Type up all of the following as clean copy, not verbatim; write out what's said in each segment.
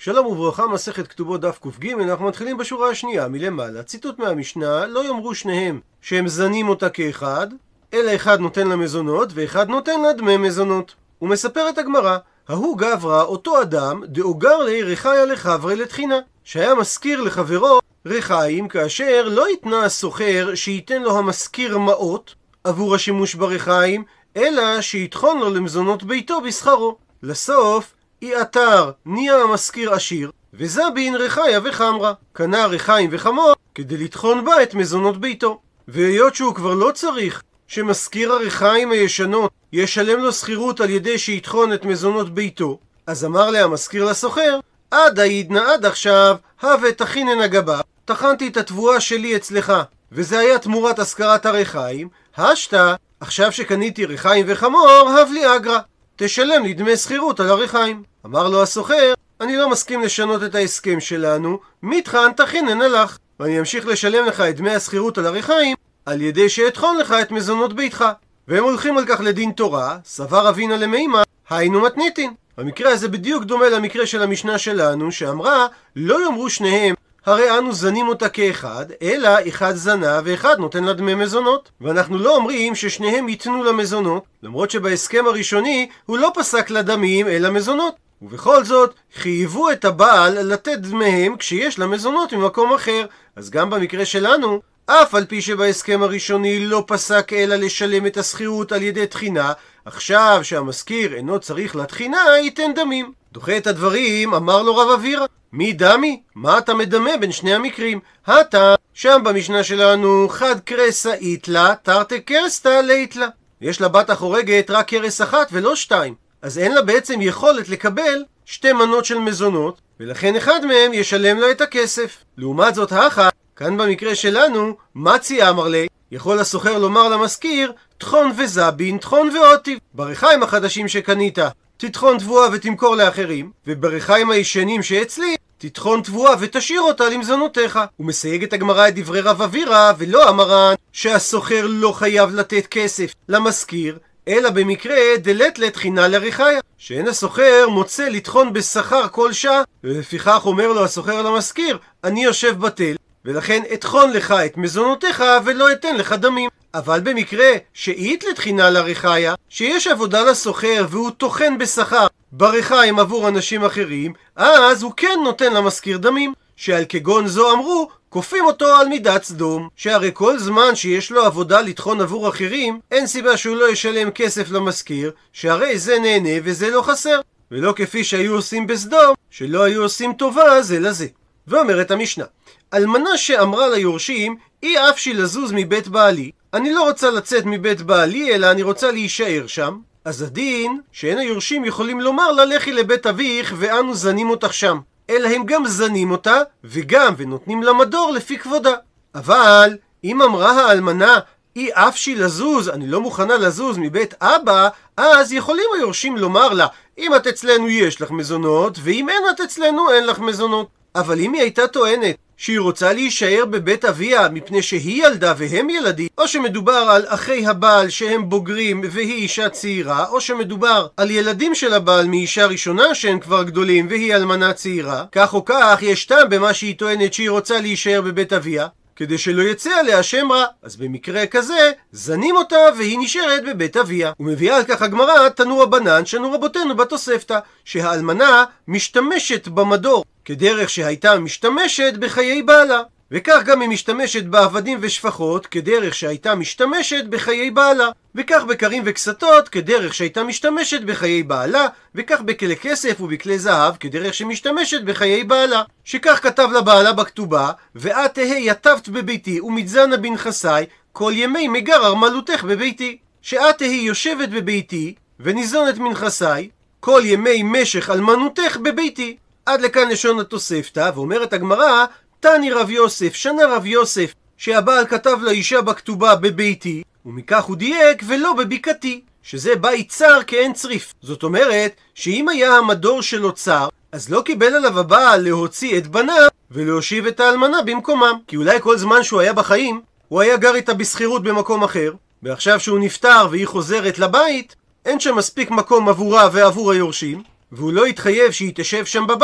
שלום וברכה, מסכת כתובות דף ק"ג, אנחנו מתחילים בשורה השנייה מלמעלה. ציטוט מהמשנה: לא יאמרו שניהם שהם זנים אותה כאחד, אלא אחד נותן לה מזונות ואחד נותן לה דמי מזונות. ומספרת הגמרא: ההוא גברא, אותו אדם, דאוגר לי רחיה לחברי לתחינה, שהיה מזכיר לחברו רחיים, כאשר לא יתנה הסוחר שייתן לו המשכיר מעות עבור השימוש ברחיים, אלא שיתחון לו למזונות ביתו בשכרו. לסוף אי אתר נהיה המשכיר עשיר, וזבין רחיה וחמרה, קנה רחיים וחמור כדי לטחון בה את מזונות ביתו. והיות שהוא כבר לא צריך שמשכיר הרחיים הישנות ישלם לו שכירות על ידי שיטחון את מזונות ביתו, אז אמר לה המשכיר לסוחר: עד העידנה, עד עכשיו הווה תכינן הגבה, טחנתי את התבואה שלי אצלך, וזה היה תמורת השכרת הרחיים. השתה, עכשיו שקניתי רחיים וחמור, הב לי אגרה, תשלם לי דמי שכירות על הרחיים. אמר לו הסוחר: אני לא מסכים לשנות את ההסכם שלנו, מתחן תכינן הלך, ואני אמשיך לשלם לך את דמי השכירות על הרחיים על ידי שאתחון לך את מזונות ביתך. והם הולכים על כך לדין תורה, סבר אבינה למימה, היינו מתניתין. המקרה הזה בדיוק דומה למקרה של המשנה שלנו, שאמרה: לא יאמרו שניהם הרי אנו זנים אותה כאחד, אלא אחד זנה ואחד נותן לה דמי מזונות. ואנחנו לא אומרים ששניהם ייתנו לה מזונות, למרות שבהסכם הראשוני הוא לא פסק לה דמים אלא מזונות. ובכל זאת חייבו את הבעל לתת דמיהם כשיש לה מזונות ממקום אחר. אז גם במקרה שלנו, אף על פי שבהסכם הראשוני לא פסק אלא לשלם את השכירות על ידי תחינה, עכשיו שהמשכיר אינו צריך לתחינה, ייתן דמים. דוחה את הדברים, אמר לו רב אבירה: מי דמי? מה אתה מדמה בין שני המקרים? הטעם שם במשנה שלנו חד קרסה איתלה תרתי קרסתא לאיתלה, יש לה בת החורגת רק קרס אחת ולא שתיים, אז אין לה בעצם יכולת לקבל שתי מנות של מזונות, ולכן אחד מהם ישלם לה את הכסף. לעומת זאת האחת, כאן במקרה שלנו, מצי אמר לי, יכול הסוחר לומר למשכיר: תחון וזבין, תחון ואוטיב, ברחיים החדשים שקנית תטחון תבואה ותמכור לאחרים, וברחיים הישנים שאצלי תטחון תבואה ותשאיר אותה למזונותיך. הוא מסייג את הגמרא את דברי רב אבירה, ולא אמרן שהסוחר לא חייב לתת כסף למשכיר, אלא במקרה דלת לתחינה לרחיה, שאין הסוחר מוצא לטחון בשכר כל שעה, ולפיכך אומר לו הסוחר למשכיר: אני יושב בתל, ולכן אתחון לך את מזונותיך ולא אתן לך דמים. אבל במקרה שאית לתחינה לרחיה, שיש עבודה לסוחר והוא טוחן בשכר ברחיים עבור אנשים אחרים, אז הוא כן נותן למשכיר דמים, שעל כגון זו אמרו כופים אותו על מידת סדום, שהרי כל זמן שיש לו עבודה לטחון עבור אחרים, אין סיבה שהוא לא ישלם כסף למשכיר, שהרי זה נהנה וזה לא חסר, ולא כפי שהיו עושים בסדום, שלא היו עושים טובה זה לזה. ואומרת המשנה: אלמנה שאמרה ליורשים: אי אפשי לזוז מבית בעלי, אני לא רוצה לצאת מבית בעלי אלא אני רוצה להישאר שם, אז הדין שאין היורשים יכולים לומר לה: לכי לבית אביך ואנו זנים אותך שם, אלא הם גם זנים אותה וגם ונותנים לה מדור לפי כבודה. אבל אם אמרה האלמנה: אי אפשי לזוז, אני לא מוכנה לזוז מבית אבא, אז יכולים היורשים לומר לה: אם את אצלנו יש לך מזונות, ואם אין את אצלנו אין לך מזונות. אבל אם היא הייתה טוענת שהיא רוצה להישאר בבית אביה מפני שהיא ילדה והם ילדים, או שמדובר על אחי הבעל שהם בוגרים והיא אישה צעירה, או שמדובר על ילדים של הבעל מאישה ראשונה שהם כבר גדולים והיא אלמנה צעירה, כך או כך יש טעם במה שהיא טוענת שהיא רוצה להישאר בבית אביה, כדי שלא יצא עליה שם רע. אז במקרה כזה זנים אותה והיא נשארת בבית אביה. ומביאה על כך הגמרא תנו רבנן שנו רבותינו בתוספתא, שהאלמנה משתמשת במדור כדרך שהייתה משתמשת בחיי בעלה, וכך גם היא משתמשת בעבדים ושפחות כדרך שהייתה משתמשת בחיי בעלה, וכך בקרים וכסתות כדרך שהייתה משתמשת בחיי בעלה, וכך בכלי כסף ובכלי זהב כדרך שמשתמשת בחיי בעלה. שכך כתב לבעלה בכתובה: ואת תהי יתבת בביתי ומצזנה בנכסי כל ימי מגר ארמלותך בביתי, שאת תהי יושבת בביתי וניזונת מנכסי כל ימי משך אלמנותך בביתי. עד לכאן לשון התוספתא. ואומרת הגמרא: תני רב יוסף, שנה רב יוסף, שהבעל כתב לאישה בכתובה בביתי, ומכך הוא דייק ולא בביקתי, שזה בית צר כאין צריף. זאת אומרת שאם היה המדור שלו צר, אז לא קיבל עליו הבעל להוציא את בניו ולהושיב את האלמנה במקומם, כי אולי כל זמן שהוא היה בחיים הוא היה גר איתה בשכירות במקום אחר, ועכשיו שהוא נפטר והיא חוזרת לבית, אין שם מספיק מקום עבורה ועבור היורשים, והוא לא יתחייב שהיא תשב שם בבית,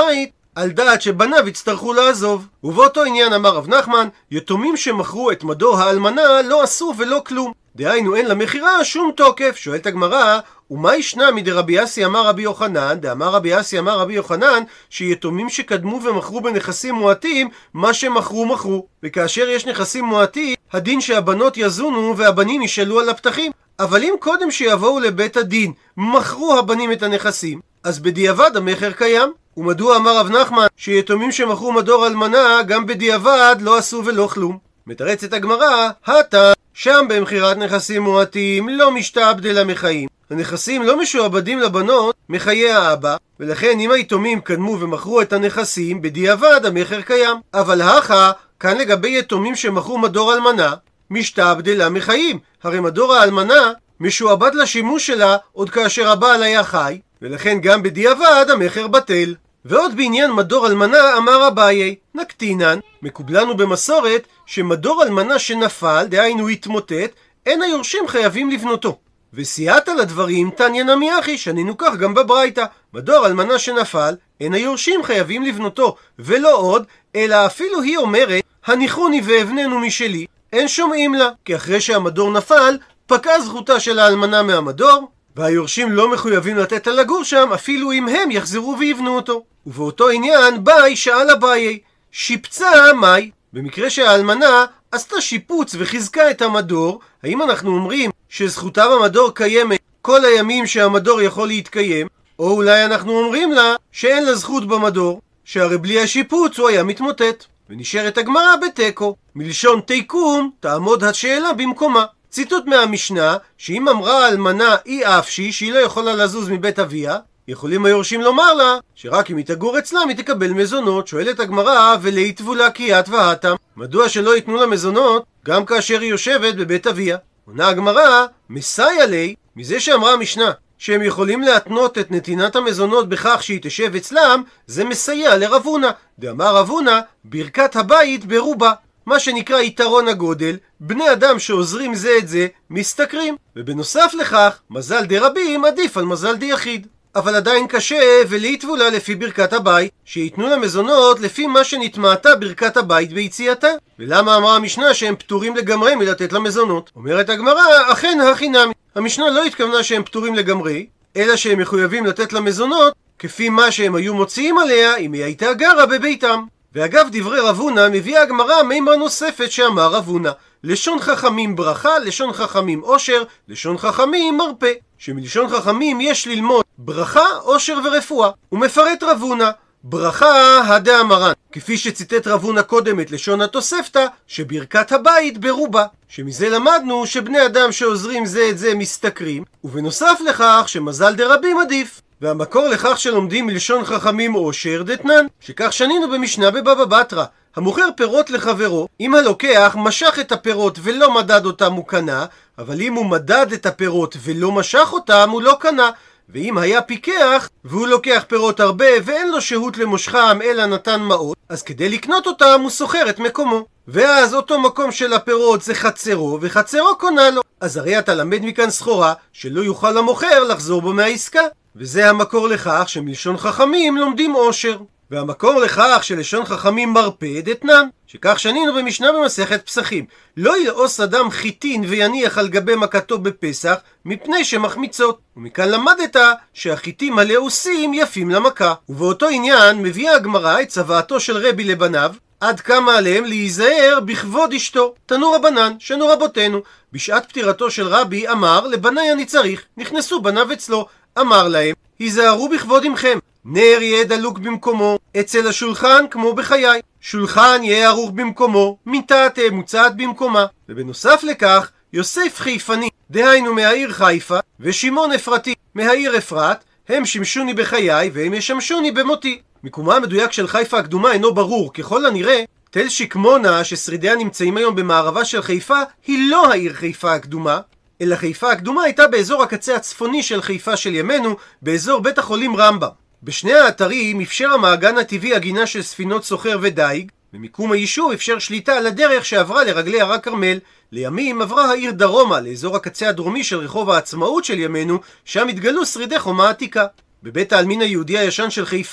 על דעת שבניו יצטרכו לעזוב. ובאותו עניין אמר רב נחמן, יתומים שמכרו את מדור האלמנה לא עשו ולא כלום. דהיינו אין למכירה שום תוקף. שואלת הגמרא, ומה ישנה מדרבי אסי אמר רבי יוחנן? דאמר רבי אסי אמר רבי יוחנן, שיתומים שקדמו ומכרו בנכסים מועטים, מה שמכרו מכרו. וכאשר יש נכסים מועטים, הדין שהבנות יזונו והבנים ישאלו על הפתחים. אבל אם קודם שיבואו לבית הדין מכרו הבנים את הנכסים, אז בדיעבד המכר קיים. ומדוע אמר רב נחמן שיתומים שמכרו מדור אלמנה גם בדיעבד לא עשו ולא כלום? מתרצת הגמרא, הטה שם במכירת נכסים מועטים לא משתעבדי למחיים. הנכסים לא משועבדים לבנות מחיי האבא, ולכן אם היתומים קדמו ומכרו את הנכסים בדיעבד המכר קיים. אבל הכה כאן לגבי יתומים שמכרו מדור אלמנה משתעבדי למחיים. הרי מדור האלמנה משועבד לשימוש שלה עוד כאשר הבעל היה חי, ולכן גם בדיעבד המכר בטל. ועוד בעניין מדור אלמנה אמר אביי, נקטינן, מקובלנו במסורת שמדור אלמנה שנפל, דהיינו התמוטט, אין היורשים חייבים לבנותו. וסייעת לדברים תניא נמי אחי, שנינו כך גם בברייתא, מדור אלמנה שנפל, אין היורשים חייבים לבנותו, ולא עוד, אלא אפילו היא אומרת, הניחוני ואבננו משלי, אין שומעים לה, כי אחרי שהמדור נפל, פקעה זכותה של האלמנה מהמדור, והיורשים לא מחויבים לתת לה לגור שם, אפילו אם הם יחזרו ויבנו אותו. ובאותו עניין באי שאל אביי, שיפצה מאי? במקרה שהאלמנה עשתה שיפוץ וחיזקה את המדור, האם אנחנו אומרים שזכותה במדור קיימת כל הימים שהמדור יכול להתקיים, או אולי אנחנו אומרים לה שאין לה זכות במדור, שהרי בלי השיפוץ הוא היה מתמוטט? ונשארת הגמרא בתיקו, מלשון תיקום תעמוד השאלה במקומה. ציטוט מהמשנה, שאם אמרה האלמנה אי אפשי שהיא לא יכולה לזוז מבית אביה, יכולים היורשים לומר לה שרק אם היא תגור אצלם היא תקבל מזונות. שואלת הגמרא, ולהיטבו לה קיאת והתם, מדוע שלא ייתנו לה מזונות גם כאשר היא יושבת בבית אביה? עונה הגמרא, מסייע לי, מזה שאמרה המשנה שהם יכולים להתנות את נתינת המזונות בכך שהיא תשב אצלם, זה מסייע לרב הונא. דאמר רב הונא, ברכת הבית ברובה, מה שנקרא יתרון הגודל, בני אדם שעוזרים זה את זה משתכרים, ובנוסף לכך מזל דרבים עדיף על מזל דיחיד. אבל עדיין קשה, ולהיטבו לה לפי ברכת הבית, שיתנו לה מזונות לפי מה שנתמעתה ברכת הבית ביציאתה. ולמה אמרה המשנה שהם פטורים לגמרי מלתת לה מזונות? אומרת הגמרא, אכן הכי נמי, המשנה לא התכוונה שהם פטורים לגמרי, אלא שהם מחויבים לתת לה מזונות כפי מה שהם היו מוציאים עליה אם היא הייתה גרה בביתם. ואגב דברי רב הונא מביאה הגמרא מימרה נוספת שאמר רב הונא, לשון חכמים ברכה, לשון חכמים עושר, לשון חכמים מרפא. שמלשון חכמים יש ללמוד ברכה, עושר ורפואה. ומפרט רב הונא, ברכה הדאמרן, כפי שציטט רב הונא קודם את לשון התוספתא, שברכת הבית ברובה, שמזה למדנו שבני אדם שעוזרים זה את זה משתכרים, ובנוסף לכך שמזל דרבים עדיף. והמקור לכך שלומדים מלשון חכמים עושר דתנן, שכך שנינו במשנה בבבא בתרא, המוכר פירות לחברו, אם הלוקח משך את הפירות ולא מדד אותם הוא קנה, אבל אם הוא מדד את הפירות ולא משך אותם הוא לא קנה. ואם היה פיקח והוא לוקח פירות הרבה ואין לו שהות למושכם אלא נתן מעות, אז כדי לקנות אותם הוא סוחר את מקומו, ואז אותו מקום של הפירות זה חצרו וחצרו קונה לו. אז הרי אתה למד מכאן סחורה שלא יוכל המוכר לחזור בו מהעסקה, וזה המקור לכך שמלשון חכמים לומדים עושר. והמקור לכך שלשון חכמים מרפא דתנן, שכך שנינו במשנה במסכת פסחים, לא ילעוס אדם חיטין ויניח על גבי מכתו בפסח מפני שמחמיצות. ומכאן למדת שהחיטים הלעוסים יפים למכה. ובאותו עניין מביאה הגמרא את צוואתו של רבי לבניו, עד כמה עליהם להיזהר בכבוד אשתו. תנו רבנן, שנו רבותינו, בשעת פטירתו של רבי אמר, לבניי אני צריך, נכנסו בניו אצלו, אמר להם, היזהרו בכבוד עמכם, נר יהיה דלוק במקומו, אצל השולחן כמו בחיי, שולחן יהיה ערוך במקומו, מיטה תהיה מוצעת במקומה. ובנוסף לכך, יוסף חיפני, דהיינו מהעיר חיפה, ושמעון אפרתי, מהעיר אפרת, הם שימשוני בחיי והם ישמשוני במותי. מיקומה המדויק של חיפה הקדומה אינו ברור, ככל הנראה, תל שקמונה ששרידיה נמצאים היום במערבה של חיפה, היא לא העיר חיפה הקדומה, אלא חיפה הקדומה הייתה באזור הקצה הצפוני של חיפה של ימינו, באזור בית החולים רמב"ם. בשני האתרים אפשר המעגן הטבעי הגינה של ספינות סוחר ודייג, במיקום היישוב אפשר שליטה על הדרך שעברה לרגלי הר הכרמל. לימים עברה העיר דרומה לאזור הקצה הדרומי של רחוב העצמאות של ימינו, שם התגלו שרידי חומה עתיקה. בבית העלמין היהודי הישן של חיפה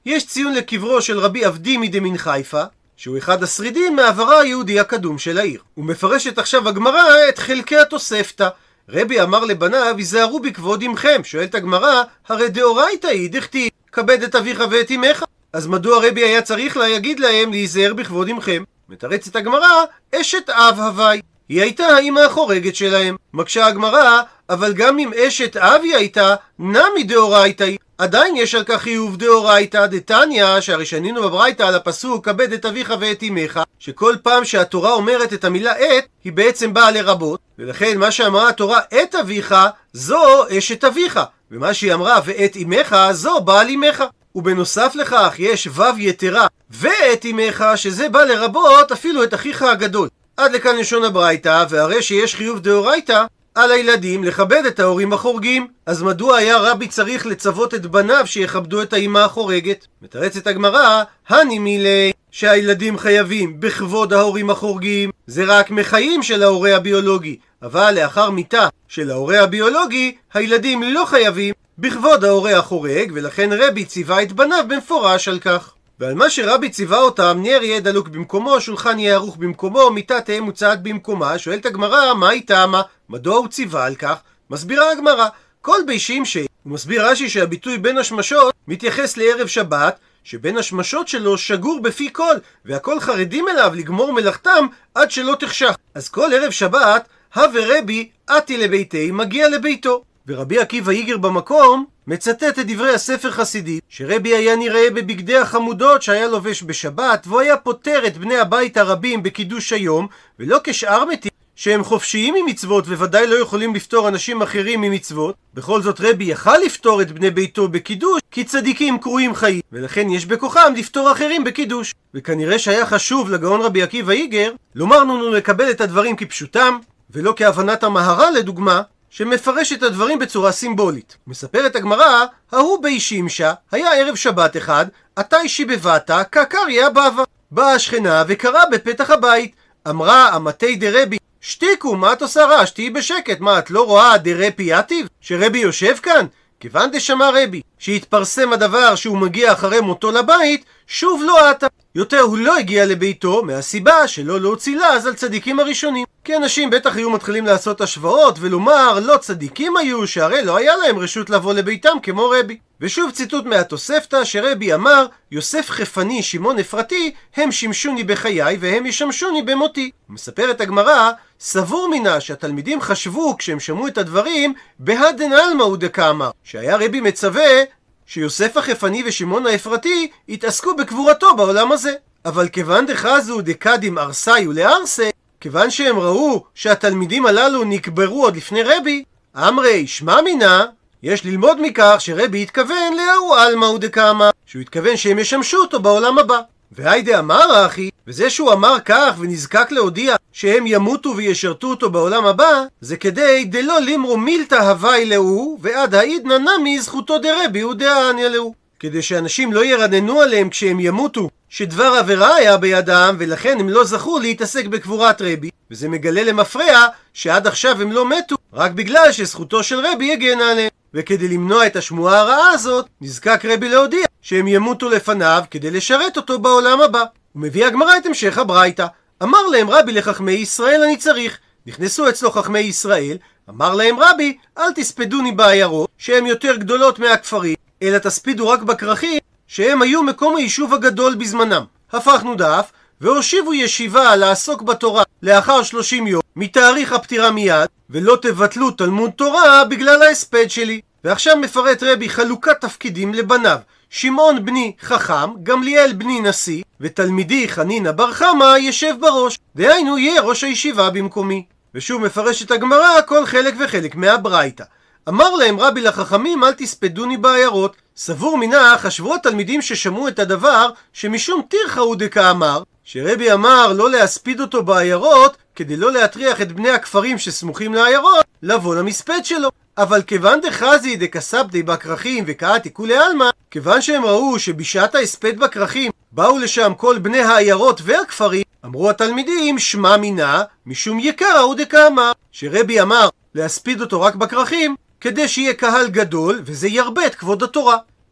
יש ציון לקברו של רבי אבדימי דמין חיפה, שהוא אחד השרידים מעברה היהודי הקדום של העיר. ומפרשת עכשיו הגמרא את חלקי התוספתא. רבי אמר לבניו, היזהרו בכבוד אמכם. שואלת הגמרא, הרי דאורייתא היא דכתיב כבד את אביך ואת אמך. אז מדוע רבי היה צריך להגיד להם להיזהר בכבוד אמכם? מתרצת הגמרא, אשת אב הווי. היא הייתה האמא החורגת שלהם. מקשה הגמרא, אבל גם אם אשת אב היא הייתה, נמי דאורייתא היא. עדיין יש על כך חיוב דאורייתא דתניא, שהרי שנינו בברייתא על הפסוק כבד את אביך ואת אמך, שכל פעם שהתורה אומרת את המילה את, היא בעצם באה לרבות, ולכן מה שאמרה התורה את אביך, זו אשת אביך, ומה שהיא אמרה ואת אמך, זו בעל אמך. ובנוסף לכך יש וו יתרה ואת אמך, שזה בא לרבות אפילו את אחיך הגדול. עד לכאן לשון הברייתא, והרי שיש חיוב דאורייתא על הילדים לכבד את ההורים החורגים. אז מדוע היה רבי צריך לצוות את בניו שיכבדו את האמא החורגת? מתרצת הגמרא, הני מילי, שהילדים חייבים בכבוד ההורים החורגים, זה רק מחיים של ההורה הביולוגי, אבל לאחר מיתה של ההורה הביולוגי, הילדים לא חייבים בכבוד ההורה החורג, ולכן רבי ציווה את בניו במפורש על כך. ועל מה שרבי ציווה אותם, נר יהיה דלוק במקומו, שולחן יהיה ערוך במקומו, מיטה תהיה מוצעת במקומה. שואלת הגמרא, מה היא טעמה? מדוע הוא ציווה על כך? מסבירה הגמרא, כל בי שמשי. הוא מסביר רש"י שהביטוי בין השמשות מתייחס לערב שבת, שבין השמשות שלו שגור בפי כל, והכל חרדים אליו לגמור מלאכתם עד שלא תחשך. אז כל ערב שבת, הווה רבי עתי לביתי, מגיע לביתו. ורבי עקיבא איגר במקום מצטט את דברי הספר חסידי, שרבי היה נראה בבגדי החמודות שהיה לובש בשבת, והוא היה פוטר את בני הבית הרבים בקידוש היום, ולא כשאר מתים שהם חופשיים ממצוות וודאי לא יכולים לפתור אנשים אחרים ממצוות. בכל זאת רבי יכל לפתור את בני ביתו בקידוש, כי צדיקים קרויים חיים, ולכן יש בכוחם לפתור אחרים בקידוש. וכנראה שהיה חשוב לגאון רבי עקיבא איגר לומר לנו לקבל את הדברים כפשוטם, ולא כהבנת המהר"ל לדוגמה, שמפרש את הדברים בצורה סימבולית. מספרת הגמרא, ההוא בי שמשה, היה ערב שבת אחד, עתה שיבבתה כקריא הבבא. באה השכנה וקראה בפתח הבית. אמרה אמתי דרבי, שתיקו, מה את עושה רעש? תהי בשקט, מה את לא רואה דרפי יתיב? שרבי יושב כאן? כיוון דשמע רבי שהתפרסם הדבר שהוא מגיע אחרי מותו לבית, שוב לא עתה. יותר הוא לא הגיע לביתו מהסיבה שלא להוציא לעז על צדיקים הראשונים. כי אנשים בטח היו מתחילים לעשות השוואות ולומר לא צדיקים היו, שהרי לא היה להם רשות לבוא לביתם כמו רבי. ושוב ציטוט מהתוספתא שרבי אמר, יוסף חפני שמעון אפרתי הם שימשוני בחיי והם ישמשוני במותי. מספרת הגמרא, סבור מינה שהתלמידים חשבו כשהם שמעו את הדברים בהדן עלמא הוא דקאמר, שהיה רבי מצווה שיוסף החפני ושמעון האפרתי יתעסקו בקבורתו בעולם הזה. אבל כיוון דחזו דקדים ארסאי ולארסה, כיוון שהם ראו שהתלמידים הללו נקברו עוד לפני רבי, אמרי שמע מינה, יש ללמוד מכך שרבי התכוון להוא עלמא הוא דקאמר, שהוא התכוון שהם ישמשו אותו בעולם הבא. והיידה אמר אחי, וזה שהוא אמר כך ונזקק להודיע שהם ימותו וישרתו אותו בעולם הבא, זה כדי דלא לימרו מילתא הווי להוא ועד העידנא נמי זכותו דרבי הוא דעניא להוא, כדי שאנשים לא ירננו עליהם כשהם ימותו שדבר עבירה היה בידם, ולכן הם לא זכו להתעסק בקבורת רבי. וזה מגלה למפרע שעד עכשיו הם לא מתו רק בגלל שזכותו של רבי הגנה עליהם. וכדי למנוע את השמועה הרעה הזאת, נזקק רבי להודיע שהם ימותו לפניו כדי לשרת אותו בעולם הבא. ומביא הגמרא את המשך הברייתא. אמר להם רבי לחכמי ישראל אני צריך. נכנסו אצלו חכמי ישראל, אמר להם רבי, אל תספדוני בעיירות שהן יותר גדולות מהכפרים, אלא תספידו רק בכרכים שהם היו מקום היישוב הגדול בזמנם. הפכנו דף והושיבו ישיבה לעסוק בתורה לאחר 30 יום מתאריך הפטירה מיד, ולא תבטלו תלמוד תורה בגלל ההספד שלי. ועכשיו מפרט רבי חלוקת תפקידים לבניו. שמעון בני חכם, גמליאל בני נשיא, ותלמידי חנינא בר חמא ישב בראש, דהיינו יהיה ראש הישיבה במקומי. ושוב מפרשת הגמרא כל חלק וחלק מהברייתא. אמר להם רבי לחכמים אל תספדוני בעיירות. סבור מינה חשבו התלמידים ששמעו את הדבר שמשום תירחא הוא דקאמר, שרבי אמר לא להספיד אותו בעיירות כדי לא להטריח את בני הכפרים שסמוכים לעיירות לבוא למספד שלו. אבל כיוון דחזי דקסבדי בכרכים וקאתי כולי עלמא, כיוון שהם ראו שבשעת ההספד בכרכים באו לשם כל בני העיירות והכפרים, אמרו התלמידים שמע מינה משום יקרא הוא דקאמר, שרבי אמר להספיד אותו רק בכרכים כדי שיהיה קהל גדול וזה ירבה את כבוד התורה.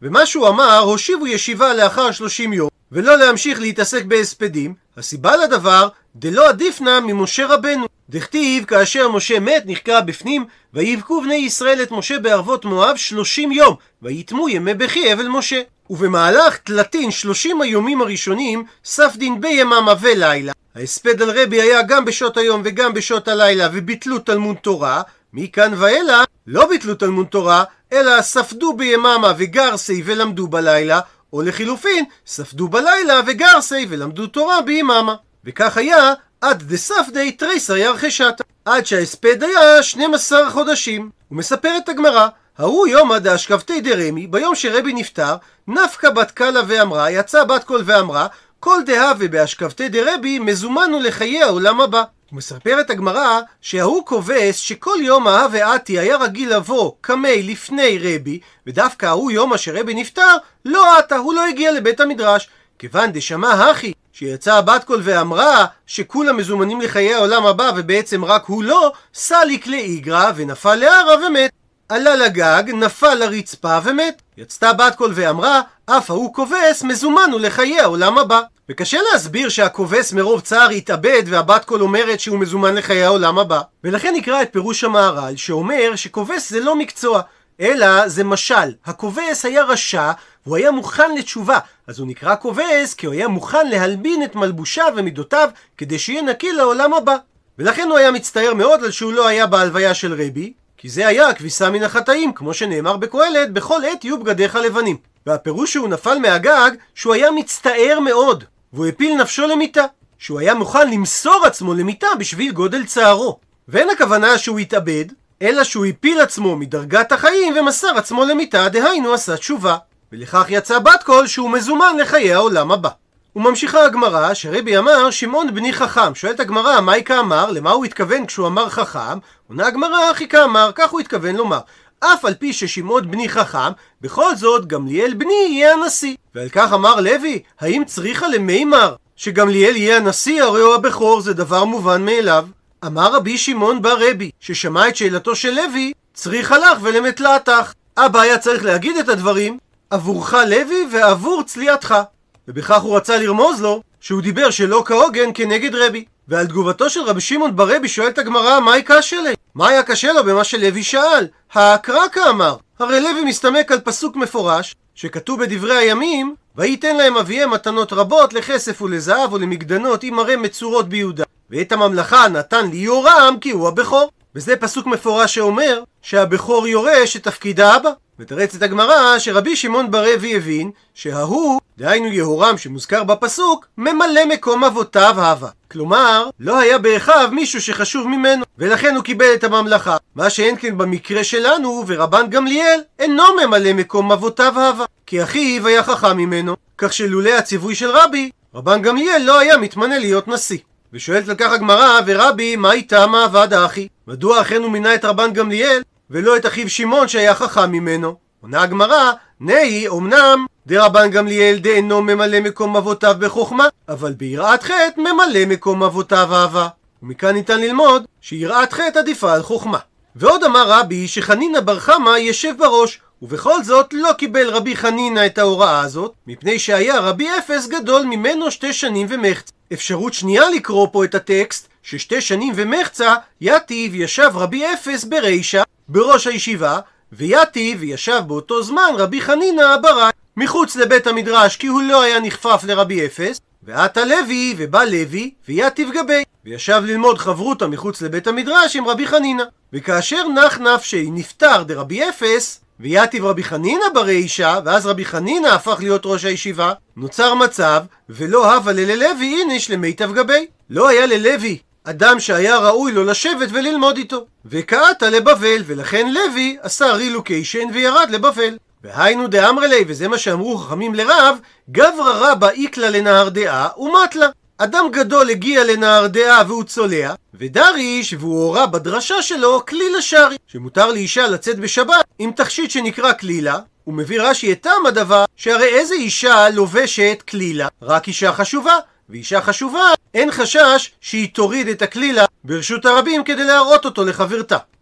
ומה שהוא אמר, הושיבו ישיבה לאחר 30 יום, ולא להמשיך להתעסק בהספדים, הסיבה לדבר, דלא עדיפנה ממשה רבנו. דכתיב, כאשר משה מת, נחקר בפנים, ויבכו בני ישראל את משה בערבות מואב 30 יום, ויתמו ימי בכי אבל משה. ובמהלך תלתין 30 היומים הראשונים, ספדין ביממה ולילה. ההספד על רבי היה גם בשעות היום וגם בשעות הלילה, וביטלו תלמוד תורה. מכאן ואלה לא ביטלו תלמוד תורה, אלא ספדו ביממה וגרסי ולמדו בלילה, או לחילופין, ספדו בלילה וגרסי ולמדו תורה ביממה. וכך היה עד דספדי תריסר ירחשת, עד שההספד היה 12 חודשים. ומספרת הגמרא, ההוא יומא דאשכבתי דרמי, ביום שרבי נפטר, נפקא בת קלה ואמרה, יצאה בת קול ואמרה, כל דהווה באשכבתי דרבי מזומנו לחיי העולם הבא. ומספרת הגמרא שההוא כובס שכל יום ההווה עתי היה רגיל לבוא קמי לפני רבי, ודווקא ההוא יום שרבי נפטר לא עתה, הוא לא הגיע לבית המדרש, כיוון דשמע אחי שיצאה בת קול ואמרה שכולם מזומנים לחיי העולם הבא ובעצם רק הוא לא, סליק לאיגרא ונפל להרה ומת. עלה לגג, נפל לרצפה ומת. יצתה בת קול ואמרה, אף ההוא כובס מזומנו לחיי העולם הבא. וקשה להסביר שהכובס מרוב צער יתאבד והבת קול אומרת שהוא מזומן לחיי העולם הבא. ולכן נקרא את פירוש המהר"ל שאומר שכובס זה לא מקצוע, אלא זה משל. הכובס היה רשע והוא היה מוכן לתשובה, אז הוא נקרא כובס כי הוא היה מוכן להלבין את מלבושיו ומידותיו כדי שיהיה נקי לעולם הבא. ולכן הוא היה מצטער מאוד על שהוא לא היה בהלוויה של רבי, כי זה היה כביסה מן החטאים, כמו שנאמר בקהלת, בכל עת יהיו בגדיך לבנים. והפירוש שהוא נפל מהגג, שהוא היה מצטער מאוד, והוא הפיל נפשו למיטה, שהוא היה מוכן למסור עצמו למיטה בשביל גודל צערו. ואין הכוונה שהוא התאבד, אלא שהוא הפיל עצמו מדרגת החיים ומסר עצמו למיטה, דהיינו עשה תשובה. ולכך יצא בת קול שהוא מזומן לחיי העולם הבא. וממשיכה הגמרא שרבי אמר שמעון בני חכם. שואלת הגמרא מה איכה אמר, למה הוא התכוון כשהוא אמר חכם? עונה הגמרא חיכה אמר, כך הוא התכוון לומר, אף על פי ששמעון בני חכם, בכל זאת גמליאל בני יהיה הנשיא. ועל כך אמר לוי, האם צריכה למימר שגמליאל יהיה הנשיא? הרי הוא הבכור, זה דבר מובן מאליו. אמר רבי שמעון בר רבי, ששמע את שאלתו של לוי, צריך הלך ולמתלעתך. אבא היה צריך להגיד את הדברים, עבורך לוי ועבור צליעתך. ובכך הוא רצה לרמוז לו שהוא דיבר שלא כהוגן כנגד רבי. ועל תגובתו של רבי שמעון בר רבי שואלת הגמרא מה היא קשה לי? מה היה קשה לו במה שלוי שאל? האקרקה אמר. הרי לוי מסתמק על פסוק מפורש שכתוב בדברי הימים, ויתן להם אביהם מתנות רבות לכסף ולזהב ולמגדנות עם ערי מצורות ביהודה, ואת הממלכה נתן ליורם כי הוא הבכור. וזה פסוק מפורש שאומר שהבכור יורש את תפקיד האבא. מתרצת הגמרא שרבי שמעון בר רבי הבין שההוא, דהיינו יהורם שמוזכר בפסוק, ממלא מקום אבותיו הווה. כלומר, לא היה באחיו מישהו שחשוב ממנו, ולכן הוא קיבל את הממלכה. מה שאין כן במקרה שלנו, ורבן גמליאל אינו ממלא מקום אבותיו הווה, כי אחיו היה חכם ממנו, כך שלולא הציווי של רבי, רבן גמליאל לא היה מתמנה להיות נשיא. ושואלת על כך הגמרא, ורבי, מה איתה מעבד האחי? מדוע אכן הוא מינה את רבן גמליאל ולא את אחיו שמעון שהיה חכם ממנו? עונה הגמרא, נהי אמנם דרבן גמליאל דאינו ממלא מקום אבותיו בחוכמה, אבל ביראת חטא ממלא מקום אבותיו אהבה. ומכאן ניתן ללמוד שיראת חטא עדיפה על חוכמה. ועוד אמר רבי שחנינא בר חמא ישב בראש, ובכל זאת לא קיבל רבי חנינא את ההוראה הזאת, מפני שהיה רבי אפס גדול ממנו 2 שנים ומחצה. אפשרות שנייה לקרוא פה את הטקסט, ש2 שנים ומחצה יתיב ישב רבי אפס ברישה, בראש הישיבה, ויתיב וישב באותו זמן רבי חנינא ברק, מחוץ לבית המדרש, כי הוא לא היה נכפף לרבי אפס, ועתה לוי ובא לוי ויתיב גבי, וישב ללמוד חברותא מחוץ לבית המדרש עם רבי חנינא. וכאשר נח נפשי נפטר דרבי אפס, ויתיב רבי חנינא ברישה, ואז רבי חנינא הפך להיות ראש הישיבה, נוצר מצב ולא הווה ללוי איניש למיטב גבי. לא היה ללוי אדם שהיה ראוי לו לשבת וללמוד איתו, וקעתה לבבל, ולכן לוי עשה רילוקיישן וירד לבבל. והיינו דאמרי לי, וזה מה שאמרו חכמים לרב, גברא רבא איקלה לנהר דעה ומטלה. אדם גדול הגיע לנהר דעה והוא צולע, ודריש והוא הורה בדרשה שלו כלילה שרי, שמותר לאישה לצאת בשבת עם תכשיט שנקרא כלילה. הוא מביא רש"י את טעם הדבר, שהרי איזה אישה לובשת כלילה? רק אישה חשובה, ואישה חשובה אין חשש שהיא תוריד את הכלילה ברשות הרבים כדי להראות אותו לחברתה.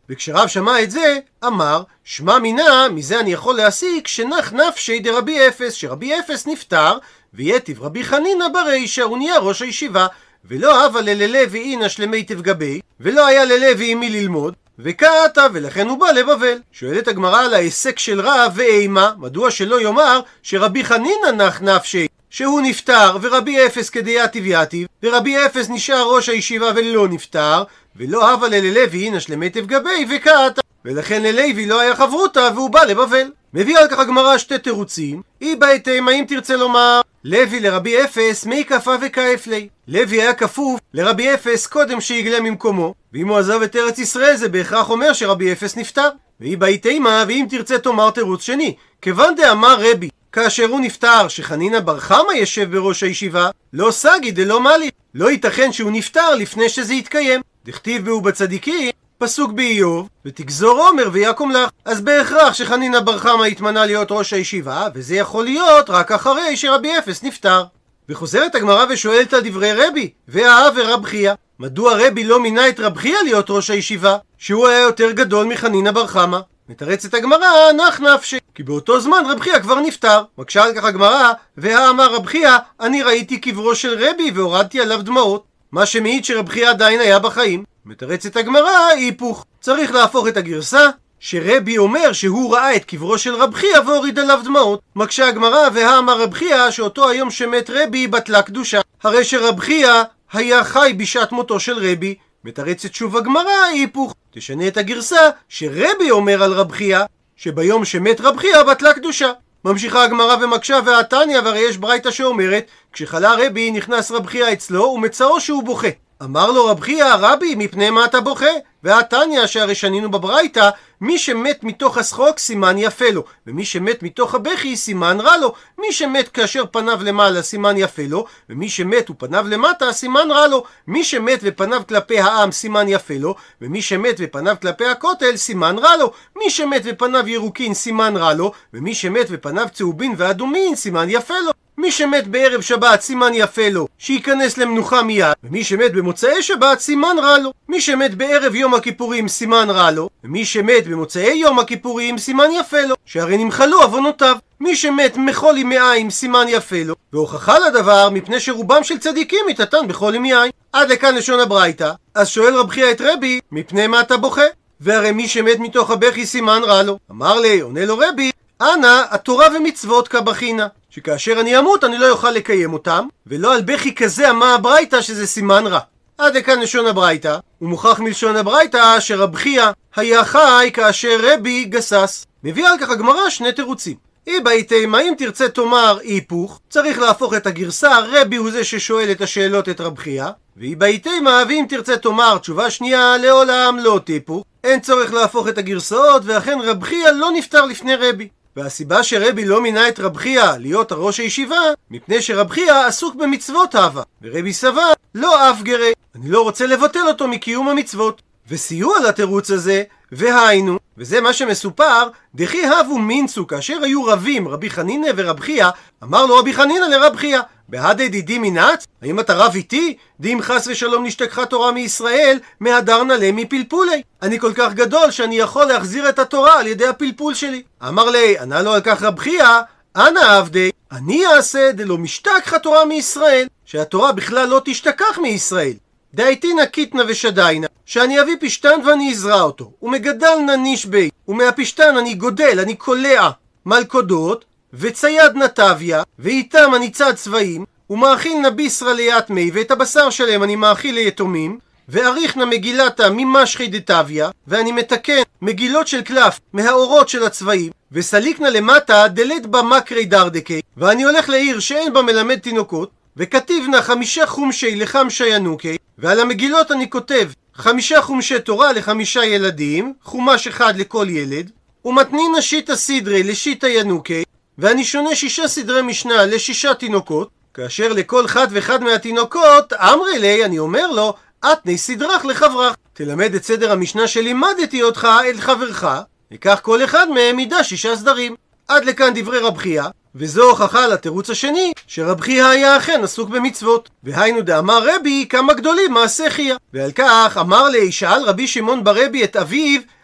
וכשרב שמע את זה, אמר, שמע מינה, מזה אני יכול להסיק שנח נפשי דרבי אפס, שרבי אפס נפטר, ויתיב רבי חנינא ברישא, הוא נהיה ראש הישיבה, ולא הווה ללוי אינא שלמיטב גבי, ולא היה ללוי עם מי ללמוד, וקעתה, ולכן הוא בא לבבל. שואלת הגמרא על ההיסק של רב ואימה, מדוע שלא יאמר שרבי חנינא נח נפשי, שהוא נפטר, ורבי אפס כדייתיב יתיב, ורבי אפס נשאר ראש הישיבה ולא נפטר, ולא הווה ללוי אינא שלמיטב גבי וקעתה, ולכן ללוי לא היה חברותא והוא בא לבבל. מביא על כך הגמרא שתי תירוצים. אי בהתאמה אם תרצה לומר לוי לרבי אפס מי כפה וכאף לי. לוי היה כפוף לרבי אפס קודם שיגלה ממקומו, ואם הוא עזב את ארץ ישראל זה בהכרח אומר שרבי אפס נפטר. ואי בהתאמה ואם תרצה תאמר תירוץ שני, כיוון דאמר רבי כאשר הוא נפטר שחנינא בר חמא ישב בראש הישיבה, לא סגי דלא מליך, לא ייתכן שהוא נפטר לפני שזה יתקיים. דכתיב בהו בצדיקים פסוק באיוב, ותגזור עומר ויקום לך. אז בהכרח שחנינא בר חמא התמנה להיות ראש הישיבה, וזה יכול להיות רק אחרי שרבי אפס נפטר. וחוזרת הגמרא ושואלת על דברי רבי, והאה ורב חייא, מדוע רבי לא מינה את רב חייא להיות ראש הישיבה, שהוא היה יותר גדול מחנינא בר חמא? מתרצת הגמרא, נח נפשי, כי באותו זמן רב חייא כבר נפטר. מקשה על כך הגמרא, והאמר רב חייא, אני ראיתי קברו של רבי והורדתי עליו דמעות, מה שמעיד שרב חייא עדיין היה בחיים. מתרצת הגמרא, היפוך, צריך להפוך את הגרסה שרבי אומר שהוא ראה את קברו של רב חייא והוריד עליו דמעות. מקשה הגמרא, והאמר רב חייא שאותו היום שמת רבי בטלה קדושה, הרי שרב חייא היה חי בשעת מותו של רבי. מתרצת שוב הגמרא, היפוך, תשנה את הגרסה שרבי אומר על רב חייא שביום שמת רב חייא בטלה קדושה. ממשיכה הגמרא ומקשה, והתניא, והרי יש ברייתא שאומרת כשחלה רבי נכנס רב חייא אצלו ומצאו שהוא בוכה. אמר לו רב חייא, רבי, מפני מה אתה בוכה? והתניא, שהרי שנינו בברייתא, מי שמת מתוך השחוק סימן יפה לו, ומי שמת מתוך הבכי סימן רע לו. מי שמת כאשר פניו למעלה סימן יפה לו, ומי שמת ופניו למטה סימן רע לו. מי שמת ופניו כלפי העם סימן יפה לו, ומי שמת ופניו כלפי הכותל סימן רע לו. מי שמת ופניו ירוקין סימן רע לו, ומי שמת ופניו צהובין ואדומין סימן יפה לו. מי שמת בערב שבת סימן יפה לו, שייכנס למנוחה מיד, ומי שמת במוצאי שבת סימן רע לו. מי שמת בערב יום הכיפורים סימן רע לו, ומי שמת במוצאי יום הכיפורים סימן יפה לו, שהרי נמחלו עוונותיו. מי שמת מחול ימי עין סימן יפה לו, והוכחה לדבר מפני שרובם של צדיקים מתעתן בחול ימי עין. עד לכאן לשון הברייתא. אז שואל רב חייא את רבי, מפני מה אתה בוכה? והרי מי שמת מתוך הבכי סימן רע לו. אמר לי, עונה לו רבי, אנא התורה ומצוות כבחינה, שכאשר אני אמות אני לא אוכל לקיים אותם, ולא על בכי כזה אמרה הברייתא שזה סימן רע. עד לכאן לשון הברייתא. ומוכח מלשון הברייתא שרב חייא היה חי כאשר רבי גסס. מביא על כך הגמרא שני תירוצים. אי בהתאמה אם תרצה תאמר היפוך, צריך להפוך את הגרסה, רבי הוא זה ששואל את השאלות את רב חייא. ואי בהתאמה ואם תרצה תאמר תשובה שנייה, לעולם לא תיפוך, אין צורך להפוך את הגרסאות, ואכן רב חייא לא נפטר לפני רבי. והסיבה שרבי לא מינה את רב חייא להיות הראש הישיבה, מפני שרב חייא עסוק במצוות הווה, ורבי סבר לא אף גרי, אני לא רוצה לבטל אותו מקיום המצוות. וסיוע לתירוץ הזה, והיינו, וזה מה שמסופר, דכי הבו מינצו, כאשר היו רבים רבי חנינא ורב חייא, אמר לו רבי חנינא לרב חייא, בהדי דידי מנץ? האם אתה רב איתי? דים חס ושלום נשתכחה תורה מישראל, מהדר נעלה מפלפולי. אני כל כך גדול שאני יכול להחזיר את התורה על ידי הפלפול שלי. אמר לי, ענה לו על כך רב חייא, אנא עבדי, אני אעשה דלא משתכחה תורה מישראל, שהתורה בכלל לא תשתכח מישראל. דאיתינא קיטנא ושדיינה, שאני אביא פשתן ואני אזרע אותו, ומגדלנא נשבי, ומהפשתן אני גודל, אני קולע מלכודות, וצייד נטביה, ואיתם אני צד צבעים, ומאכילנא ביסרא ליתמי, ואת הבשר שלהם אני מאכיל ליתומים, ואריכנא מגילתא ממשחי דטביה, ואני מתקן מגילות של קלף מהאורות של הצבעים, וסליקנא למטה דלת בה מקרי דרדקי, ואני הולך לעיר שאין בה מלמד תינוקות, וכתיבנה 5 חומשי ל5 ינוקי, ועל המגילות אני כותב 5 חומשי תורה ל5 ילדים, חומש אחד לכל ילד, ומתנינא שיטא סדרי לשיטא ינוקי, ואני שונה 6 סדרי משנה ל6 תינוקות, כאשר לכל אחד ואחד מהתינוקות אמרי לי, אני אומר לו, אתני סדרך לחברך, תלמד את סדר המשנה שלימדתי אותך אל חברך, וכך כל אחד מהם ידע 6 סדרים. עד לכאן דברי רב חייא, וזו הוכחה לתירוץ השני, שרב חייא היה אכן עסוק במצוות. והיינו דאמר רבי כמה גדולים מעשה חייא. ועל כך אמר לי, שאל רבי שמעון ברבי את אביו,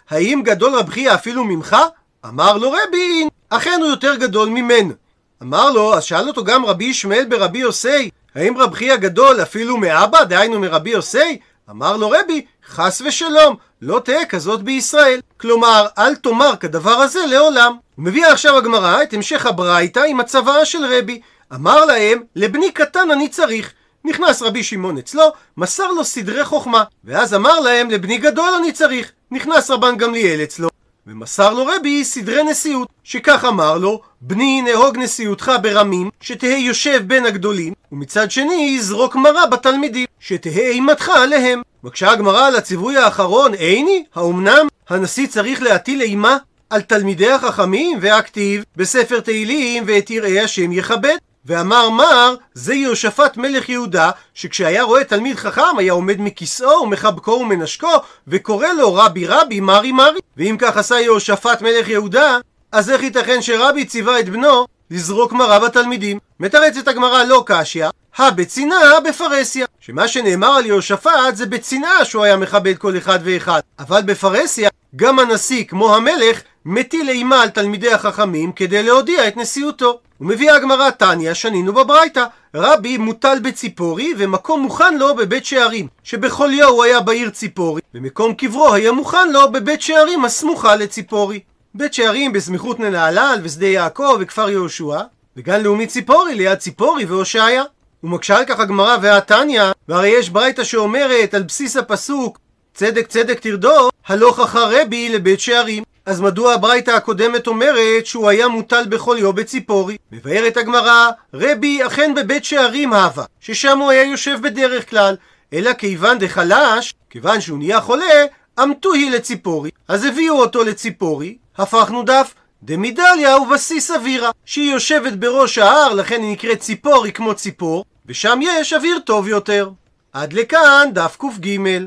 האם גדול רב חייא אפילו ממך? אמר לו רבי, אכן הוא יותר גדול ממנו. אמר לו, אז שאל אותו גם רבי ישמעאל ברבי יוסי, האם רב חייא גדול אפילו מאבא, דהיינו מרבי יוסי? אמר לו רבי, חס ושלום, לא תהיה כזאת בישראל. כלומר, אל תאמר כדבר הזה לעולם. ומביאה עכשיו הגמרא את המשך הברייתא עם הצוואה של רבי. אמר להם, לבני קטן אני צריך. נכנס רבי שמעון אצלו, מסר לו סדרי חוכמה. ואז אמר להם, לבני גדול אני צריך. נכנס רבן גמליאל אצלו, ומסר לו רבי סדרי נשיאות. שכך אמר לו, בני נהוג נשיאותך ברמים, שתהא יושב בין הגדולים, ומצד שני זרוק מרה בתלמידים, שתהא אימתך עליהם. בקשה הגמרא על הציווי האחרון, איני? האומנם הנשיא צריך להטיל אימה על תלמידי החכמים? והכתיב בספר תהילים, ואת יראי השם יכבד. ואמר מר, זה יהושפט מלך יהודה, שכשהיה רואה תלמיד חכם היה עומד מכיסאו ומחבקו ומנשקו וקורא לו רבי רבי מרי מרי. ואם כך עשה יהושפט מלך יהודה, אז איך ייתכן שרבי ציווה את בנו לזרוק מרה בתלמידים? מתרצת הגמרא לא קשיא, בצנעה בפרסיה, שמה שנאמר על יהושפט זה בצנעה שהוא היה מכבד כל אחד ואחד, אבל בפרסיה גם הנשיא כמו המלך מטיל אימה על תלמידי החכמים כדי להודיע את נשיאותו. ומביאה הגמרא תניא, שנינו בברייתא, רבי מוטל בציפורי ומקום מוכן לו בבית שערים, שבכל יום הוא היה בעיר ציפורי, ומקום קברו היה מוכן לו בבית שערים הסמוכה לציפורי. בית שערים בסמיכות נהלל ושדה יעקב וכפר יהושע, וגן לאומי ציפורי ליד ציפורי והושעיה. ומקשה על כך הגמרא והתניא, והרי יש ברייתא שאומרת על בסיס הפסוק צדק צדק תרדוף, הלוך אחר רבי לבית שערים. אז מדוע הברייתא הקודמת אומרת שהוא היה מוטל בכל יום בציפורי? מבארת הגמרא, רבי אכן בבית שערים הווה, ששם הוא היה יושב בדרך כלל, אלא כיוון דחלש, כיוון שהוא נהיה חולה, עמתו היא לציפורי, אז הביאו אותו לציפורי. הפכנו דף דמידליה ובסיס אווירה, שהיא יושבת בראש ההר, לכן היא נקראת ציפורי כמו ציפור, ושם יש אוויר טוב יותר. עד לכאן דף ק"ג.